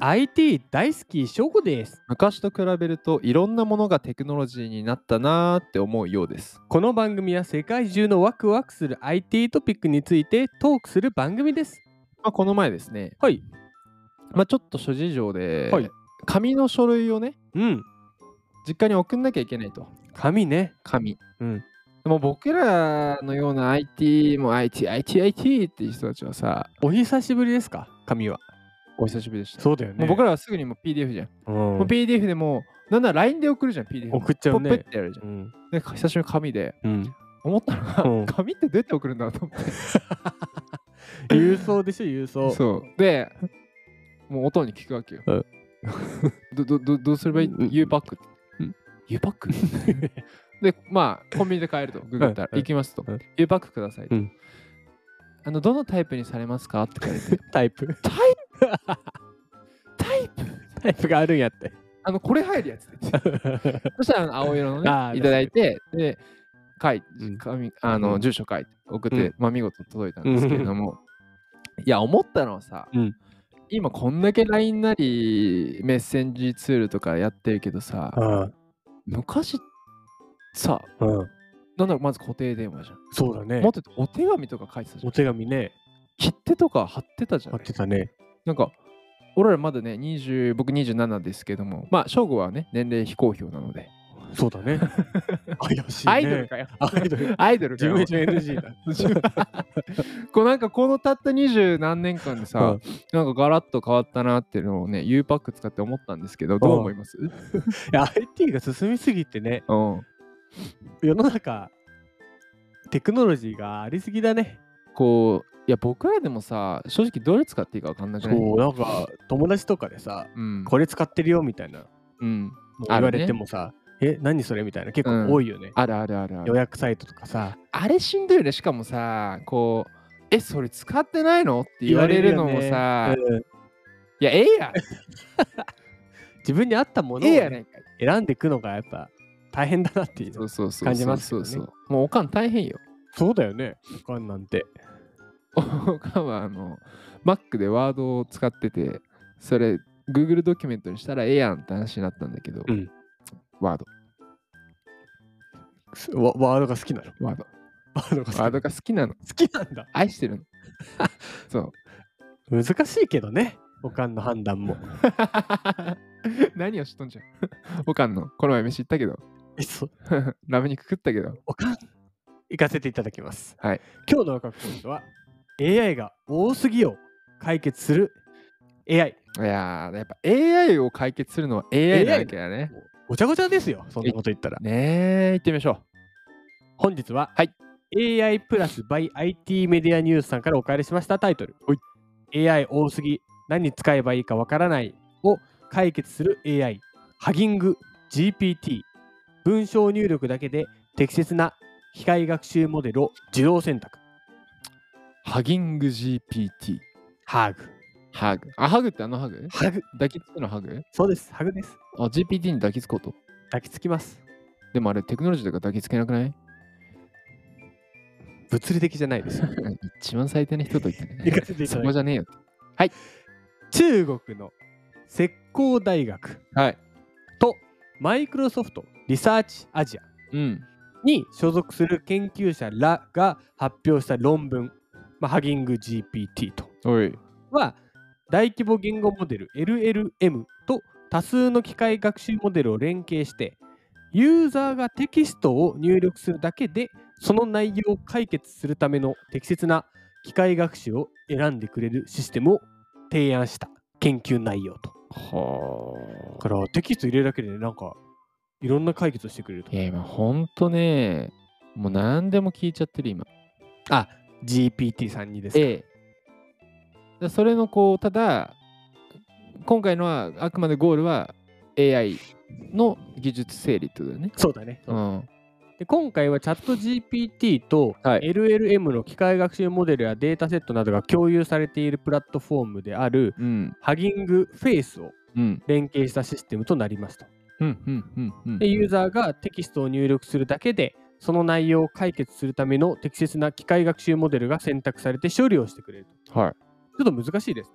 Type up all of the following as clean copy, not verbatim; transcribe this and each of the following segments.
IT 大好き翔吾です。 昔と比べるといろんなものがテクノロジーになったなーって思うようです。 この番組は世界中のワクワクする IT トピックについてトークする番組です。 この前ですね、 はい。 ちょっと諸事情で、 はい。 紙の書類をね、 うん。 実家に送んなきゃいけないと。 紙ね。 紙。 うん。 でも僕らのような IT も IT っていう人たちはさ、 お久しぶりですか？紙は。 お久しぶりでした。 そうだよね。 もう僕らはすぐにもう PDF じゃん。もう PDF でもなんなら LINE で送るじゃん、PDF。 送っちゃうねポップってやるじゃん。 うん。 で、久しぶりに紙でうん。 思ったのが、 うん紙ってどうやって送るんだと思って。 郵送でしょ、郵送。 そう。で、もう音に聞くわけよ。 うんどうすればいい？ U パック。U パックで、コンビニで買えると。ググったら、 うん行きますとうん。 U パックくださいと。 うんどのタイプにされますかって言われて。 タイプ。 タイプタイプがあるんやって。 これ入るやつって言ってそしたら青色のあーね、いただいて、で、 うん住所書いて送って、見事届いたんですけれども、いや、思ったのはさ、 うん今こんだけ LINE なりメッセンジツールとかやってるけどさ、昔さ、なんだろう、まず固定電話じゃん。 そうだね。 もっと言うとお手紙とか書いてたじゃん。 お手紙ね。 切手とか貼ってたじゃん貼っ。てたね。 なんか、俺らまだね、僕27ですけども、正吾はね、年齢非公表なので。 そうだね。怪しいね。 アイドルかよ。 アイドル。 アイドルかよ。 自分じゃ NG だ。 このたった20何年間でさ、なんかガラッと変わったなっていうのをね、U パック使って思ったんですけど、どう思います？ いや IT が進みすぎてね、 うん。 世の中テクノロジーがありすぎだね。 いや、僕らでもさ、正直どれ使っていいか分かんなくない？ そう、なんか友達とかでさ、 うん。 これ使ってるよみたいなうん。 言われてもさ、何それみたいな結構多いよね。 ある。 予約サイトとかさ、 あれしんどいよね。しかもさ、それ使ってないのって言われるのもさ、いや、ええやん。 自分に合ったものをええやないかい。 選んでいくのがやっぱ大変だなっていうそう感じますよね。 もうおかん大変よ。 そうだよね。おかんなんて。 おかんはMac でワードを使ってて、それ Google ドキュメントにしたらええやんって話になったんだけど、ワードワードが好きなの。 ワードワードが好きワードが好きなの。 好きなんだ。 愛してるの。そう。 難しいけどね。おかんの判断も。 何をしとんじゃん。おかんのこの前飯行ったけど、 そうラム肉食ったけど。 おかん行かせていただきます。 はい。 今日のワクワクポイントは AI が多すぎを解決する AI。 いやー、やっぱ AI を解決するのは AI なわけだね。 ごちゃごちゃですよ。そんなこと言ったら。 ねえ、行ってみましょう。 本日は、 はい。 AI プラス by IT メディアニュースさんからお借りしましたタイトル。AI 多すぎ、何に使えばいいかわからないを解決する AI。ハギング GPT。文章入力だけで適切な機械学習モデルを自動選択。 ハギング GPT。 ハグ。 ハグ。ハグってハグ？ ハグ。 抱きつくのハグ？ そうです。ハグです。 GPT に抱きつこうと。 抱きつきます。 でもあれテクノロジーだから抱きつけなくない？ 物理的じゃないですよ。 一番最低な人と言ってね。 行かせていただきますそこじゃねえよ。 中国の浙江大学とマイクロソフトリサーチアジアに所属する研究者らが発表した論文、ハギング GPT とは大規模言語モデル LLM と多数の機械学習モデルを連携してユーザーがテキストを入力するだけでその内容を解決するための適切な機械学習を選んでくれるシステムを提案した研究内容と。だからテキスト入れるだけでなんかいろんな解決をしてくれると。 いや今ほんとね、もう何でも聞いちゃってる今。 GPT さんにですか。 それのただ今回のはあくまでゴールは AI の技術整理ってことだよね。 そうだね。 うんで今回はチャット GPT と LLM の機械学習モデルやデータセットなどが共有されているプラットフォームである、ハギングフェイスを連携したシステムとなりますと。でユーザーがテキストを入力するだけでその内容を解決するための適切な機械学習モデルが選択されて処理をしてくれると。ちょっと難しいですね。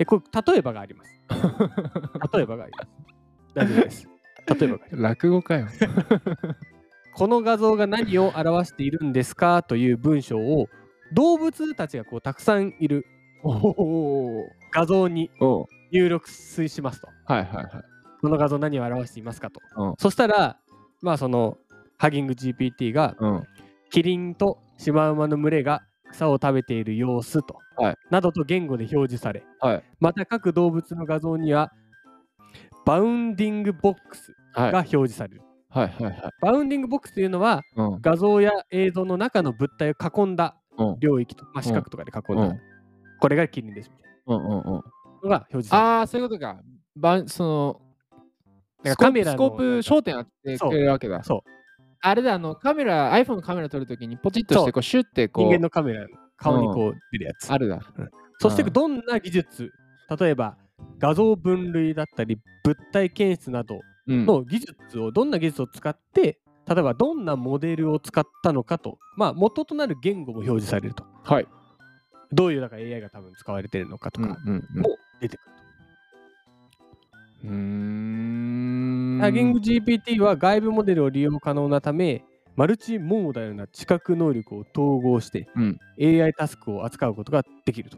これ例えばがあります。例えばがあります。大丈夫です。例えばがあります。 落語かよ。 この画像が何を表しているんですかという文章を動物たちがこうたくさんいる画像に入力しますと。 はいはいはい。 この画像何を表していますかと。 うん、 そしたら、まあそのハギング GPT が、キリンとシマウマの群れが草を食べている様子と、などと言語で表示され、また各動物の画像にはバウンディングボックスが表示される。バウンディングボックスというのは、画像や映像の中の物体を囲んだ領域と、四角とかで囲んだ、これがキリンですみたいなのが表示される。 ああ、そういうことか。そのカメラスコープ焦点当ててくれるわけだ。 そう。 あれだ、iPhone のカメラ撮るときにポチッとして、こうシュッてこう。 人間のカメラ、顔にこう出るやつ。 あるだ。 そしてどんな技術、例えば画像分類だったり、物体検出などの技術を、どんな技術を使って、例えばどんなモデルを使ったのかと、まあ元となる言語も表示されると。どういうだから AI が多分使われているのかとかも出てくると。ハギング GPT は外部モデルを利用可能なため、マルチモーダルな知覚能力を統合して、AI タスクを扱うことができると。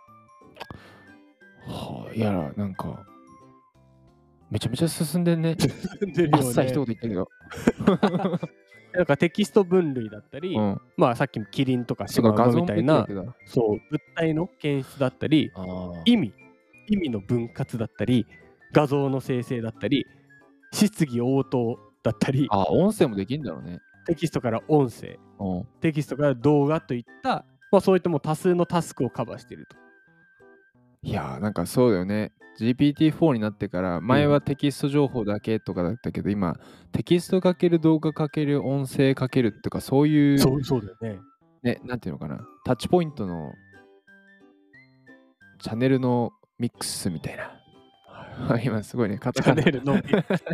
いや、なんか、めちゃめちゃ進んでんね。 進んでるよね。 あっさり一言言ったけど。 なんかテキスト分類だったり、まあさっきのキリンとかシマウマみたいな、そう、物体の検出だったり、意味の分割だったり、画像の生成だったり、質疑応答だったり、 音声もできるんだろうね。 テキストから音声、テキストから動画といった、まあ、そういったもう多数のタスクをカバーしていると。 いやー、なんかそうだよね。GPT-4 になってから、前はテキスト情報だけとかだったけど、今、テキストかける動画かける音声かけるとか、そういう、 そうだよね。 ね、なんていうのかな、タッチポイントのチャンネルのミックスみたいな。今すごいね、カタカナ。チャンネルのミックス。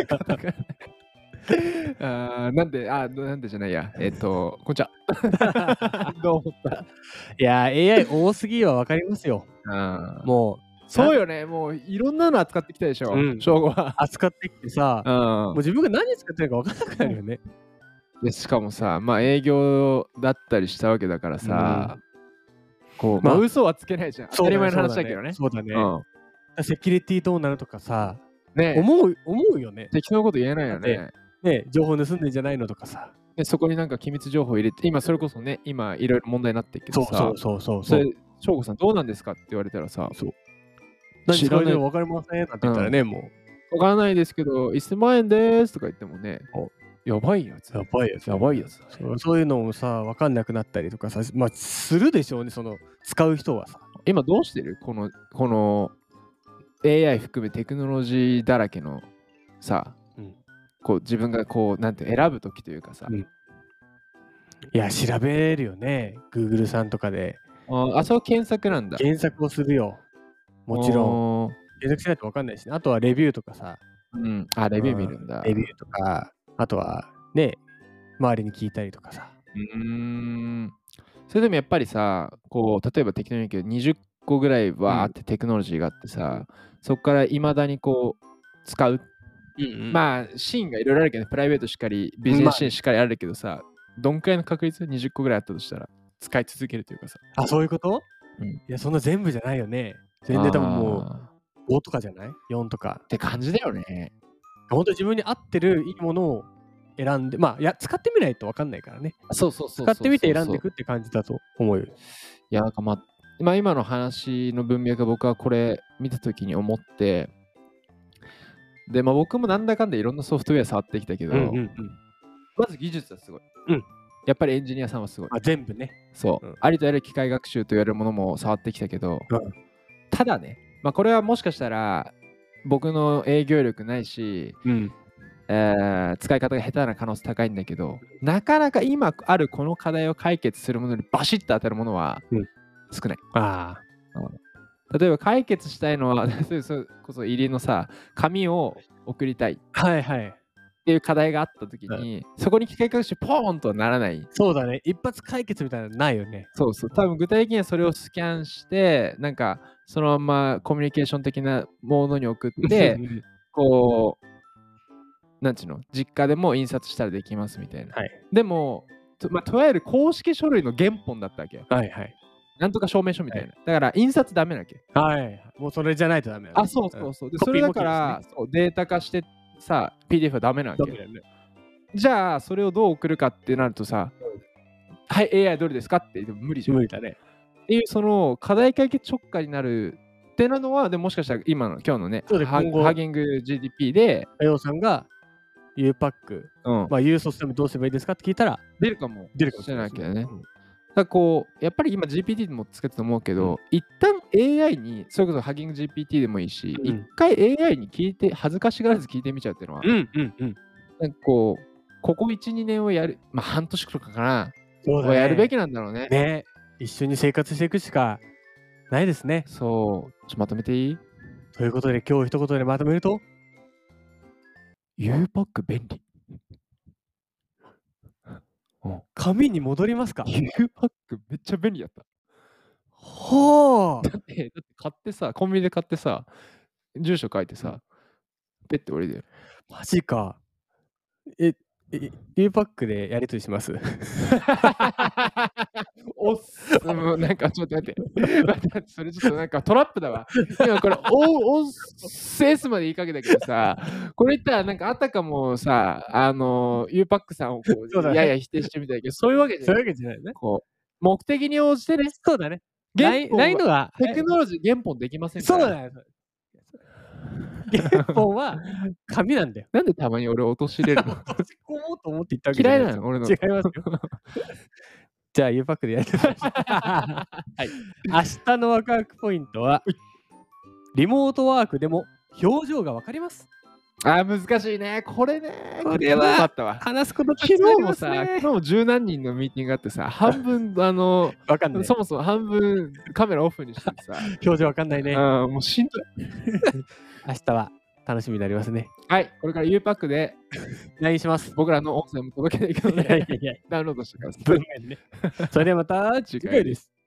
なんでじゃないや。こんにちは。どう思った？ いや、AI 多すぎは分かりますよ。もう。 そうよね。もういろんなの扱ってきたでしょ。正午は。 扱ってきてさ、もう自分が何使ってるか分からなくなるよね。 でしかもさ、まあ営業だったりしたわけだからさ、こう、まあ嘘はつけないじゃん。当たり前の話だけどね。 そうだね。セキュリティどうなるとかさ、 ね、 思うよね。 適当なこと言えないよね。 ね、情報盗んでんじゃないのとかさ。 でそこになんか機密情報入れて、今それこそね、今いろいろ問題になってるけどさ、それ、翔吾さんどうなんですかって言われたらさ、 知らないの分かりませんなんて言ったらね、もう。分からないですけど、1000万円ですとか言ってもね、やばいやつ。 やばいやつ。そういうのもさ、分かんなくなったりとかさ、まあ、するでしょうね、その、使う人はさ。 今どうしてる？この AI 含めテクノロジーだらけのさ、こう自分がこうなんて選ぶときというかさ、 いや調べるよね、 Google さんとかで。 そう検索なんだ。 検索をするよ、もちろん。検索しないと分かんないし、ね、あとはレビューとかさ、 レビュー見るんだ。 レビューとか、あとはね、周りに聞いたりとかさ。 それでもやっぱりさ、こう例えば適当に言うけど20個ぐらいはあってテクノロジーがあってさ、そこからいまだにこう使う。まあシーンがいろいろあるけど、プライベートしっかりビジネスシーンしっかりあるけどさ、どんくらいの確率20個ぐらいあったとしたら使い続けるというかさ。 そういうこと？いやそんな全部じゃないよね。全然多分もう5とかじゃない？ 4とかって感じだよね。 本当に自分に合ってるいいものを選んで、まあ使ってみないと分かんないからね。 そう使ってみて選んでいくって感じだと思うよ。 いやなんかまあ今の話の文脈が僕はこれ見たときに思って、でまあ僕もなんだかんだいろんなソフトウェア触ってきたけど、まず技術はすごい。やっぱりエンジニアさんはすごい。 全部ね。 そう。ありとあらゆる機械学習と言われるものも触ってきたけど、ただね、まあこれはもしかしたら僕の営業力ないし、使い方が下手な可能性高いんだけど、なかなか今あるこの課題を解決するものにバシッと当たるものは少ない。例えば解決したいのは、それこそ入りのさ、紙を送りたい。ってっていう課題があった時に、そこに機械学習ポーンとはならない。 そうだね。一発解決みたいなのないよね。 そうそう。多分具体的にはそれをスキャンして、なんかそのままコミュニケーション的なものに送って、こう、なんちゅうの、実家でも印刷したらできますみたいな。 はい、 でも、とりあえず公式書類の原本だったわけよ。 はいはい。 なんとか証明書みたいな。だから印刷ダメなわけ。 はい。もうそれじゃないとダメだ、ね。 あ、そうそうそう。で、それだから、そうデータ化してさ、PDF はダメなわけ。ね、じゃあ、それをどう送るかってなるとさ、はい、AI どれですかって言っても無理じゃん。 無理だね。 っていう、その課題解決直下になるってなのは、でもしかしたら今の今のね、ハギング GDP で、 あよさんが UPAC、まあ、郵送するためどうすればいいですかって聞いたら、 出るかもしれないけどね。だこうやっぱり今 GPT でも使ってると思うけど、一旦 AI に、それこそハギング GPT でもいいし、一回 AI に聞いて、恥ずかしがらず聞いてみちゃうっていうのは、なんかここ1、2年をやる、まあ半年とかかな、そうだね、やるべきなんだろうね。 ね、一緒に生活していくしかないですね。 そう。まとめていい？ ということで、今日一言でまとめると、 UPAC 便利。 紙に戻りますか？ UPAC めっちゃ便利やった。 はあ。 だって買ってさ、コンビニで買ってさ、住所書いてさ、ペッて降りる。 マジか。UPAC でやりとりしますおっす、もうなんかちょっと待って。それちょっとなんかトラップだわ。今これ、おっすまで言いかけたけどさ、これ言ったらなんかあたかもさ、UPAC さんをこう、やや否定してみたいけど、そういうわけじゃない。そういうわけじゃないね。こう、目的に応じてね。 そうだね。 ないのが、テクノロジー原本できませんから。そうだよ。 原本は紙なんだよ。 なんでたまに俺を陥れるの？ 落とし込もうと思って言ったわけじゃない。嫌いなの俺の。違いますよ。じゃあ UPAC でやってみましょう。はい。明日のワクワクポイントは、リモートワークでも表情がわかります。 あー難しいね。これね。 これは話すこと昨日もさ、昨日も十何人のミーティングがあってさ、半分わかんない。そもそも半分カメラオフにしてさ、 表情わかんないね。 もうしんどい。 明日は楽しみになりますね。 はい、これから UPAC で LINE します。 僕らの音声も届けていくので、ダウンロードしてください。 それではまた次回です。